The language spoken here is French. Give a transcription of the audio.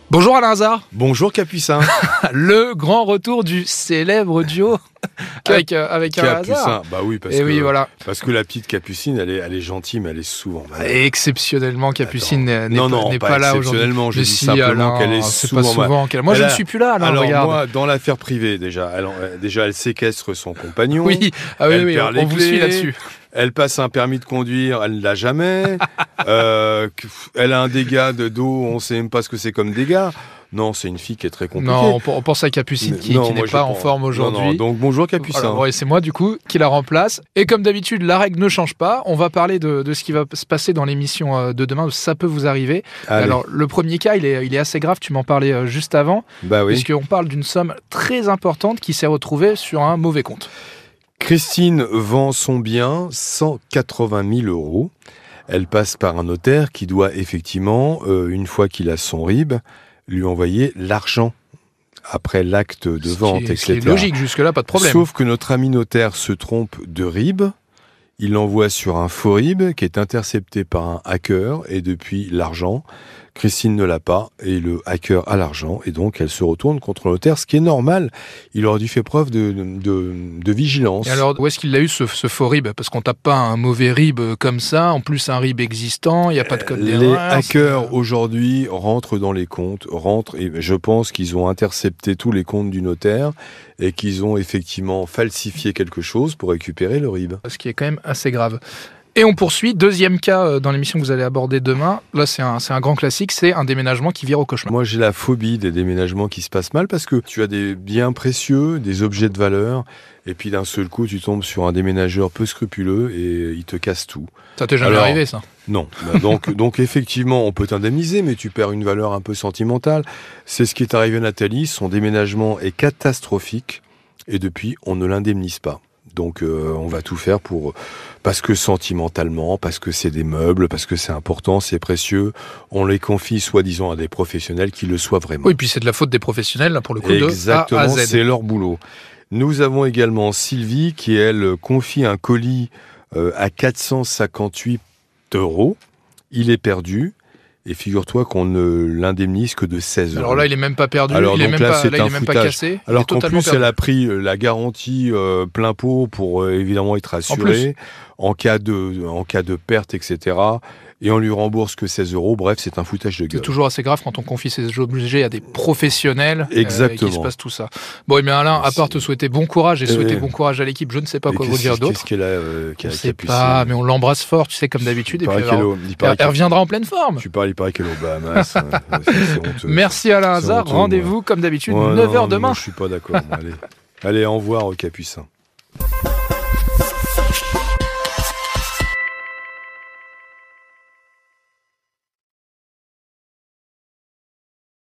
Bonjour Alain Hazard. Bonjour Capucin. Le grand retour du célèbre duo avec Alain Capucin. Hazard. Bah oui, parce que la petite Capucine, elle est gentille, mais elle est souvent malade. Exceptionnellement, Capucine n'est pas là aujourd'hui. Exceptionnellement, je dis Si, simplement Alain, qu'elle est c'est souvent pas souvent malade. Moi, je ne suis plus là, Alain, alors regarde. moi, dans l'affaire privée, déjà, elle séquestre son compagnon. Oui, elle oui, perd on les vous clés, suit là-dessus. Elle passe un permis de conduire, elle ne l'a jamais. Elle a un dégât de dos, on ne sait même pas ce que c'est comme dégât. Non, c'est une fille qui est très compliquée. Non, on pense à Capucine qui n'est pas en forme aujourd'hui. Non, donc bonjour Capucin. Voilà, c'est moi du coup qui la remplace. Et comme d'habitude, la règle ne change pas. On va parler de ce qui va se passer dans l'émission de demain. Ça peut vous arriver. Allez. Alors, le premier cas, il est assez grave. Tu m'en parlais juste avant. Bah oui. Puisqu'on parle d'une somme très importante qui s'est retrouvée sur un mauvais compte. Christine vend son bien 180 000 €. Elle passe par un notaire qui doit effectivement, une fois qu'il a son RIB, lui envoyer l'argent après l'acte de vente, etc. Ce qui est logique, jusque-là, pas de problème. Sauf que notre ami notaire se trompe de RIB. Il l'envoie sur un faux RIB qui est intercepté par un hacker et depuis l'argent, Christine ne l'a pas et le hacker a l'argent et donc elle se retourne contre le notaire, ce qui est normal. Il aurait dû faire preuve de vigilance. Et alors, où est-ce qu'il a eu ce faux RIB? Parce qu'on tape pas un mauvais RIB comme ça, en plus un RIB existant, il n'y a pas de code d'erreur. Les hackers aujourd'hui rentrent dans les comptes, et je pense qu'ils ont intercepté tous les comptes du notaire et qu'ils ont effectivement falsifié quelque chose pour récupérer le RIB. Ce qui est quand même assez grave. Et on poursuit. Deuxième cas dans l'émission que vous allez aborder demain. Là, c'est un grand classique, c'est un déménagement qui vire au cauchemar. Moi, j'ai la phobie des déménagements qui se passent mal parce que tu as des biens précieux, des objets de valeur, et puis d'un seul coup, tu tombes sur un déménageur peu scrupuleux et il te casse tout. Ça t'est jamais arrivé, ça? Non. Donc effectivement, on peut t'indemniser, mais tu perds une valeur un peu sentimentale. C'est ce qui est arrivé à Nathalie. Son déménagement est catastrophique et depuis, on ne l'indemnise pas. Donc on va tout faire parce que sentimentalement, parce que c'est des meubles, parce que c'est important, c'est précieux, on les confie soi-disant à des professionnels qui le soient vraiment. Oui, puis c'est de la faute des professionnels, là, pour le coup, exactement, de A à Z. C'est leur boulot. Nous avons également Sylvie qui, elle, confie un colis à 458 €. Il est perdu. Et figure-toi qu'on ne l'indemnise que de 16 €. Alors là, il est même pas perdu, Alors, il est même pas cassé. Alors qu'en plus, elle a pris la garantie plein pot pour évidemment être assurée en cas de perte, etc. Et on lui rembourse que 16 €. Bref, c'est un foutage de gueule. C'est toujours assez grave quand on confie ses objets à des professionnels. Exactement. Et qu'il se passe tout ça. Bon, et bien Alain, à part te souhaiter bon courage et souhaiter bon courage à l'équipe, je ne sais pas quoi vous dire d'autre. Qu'est-ce qu'elle a On ne sait pas, mais on l'embrasse fort, tu sais, comme d'habitude. Et puis elle reviendra en pleine forme. Il paraît qu'elle est au Bahamas. C'est honteux. Merci Alain Hazard. Rendez-vous, comme d'habitude, 9h demain. Moi, je suis pas d'accord. Allez, au revoir, Capucin.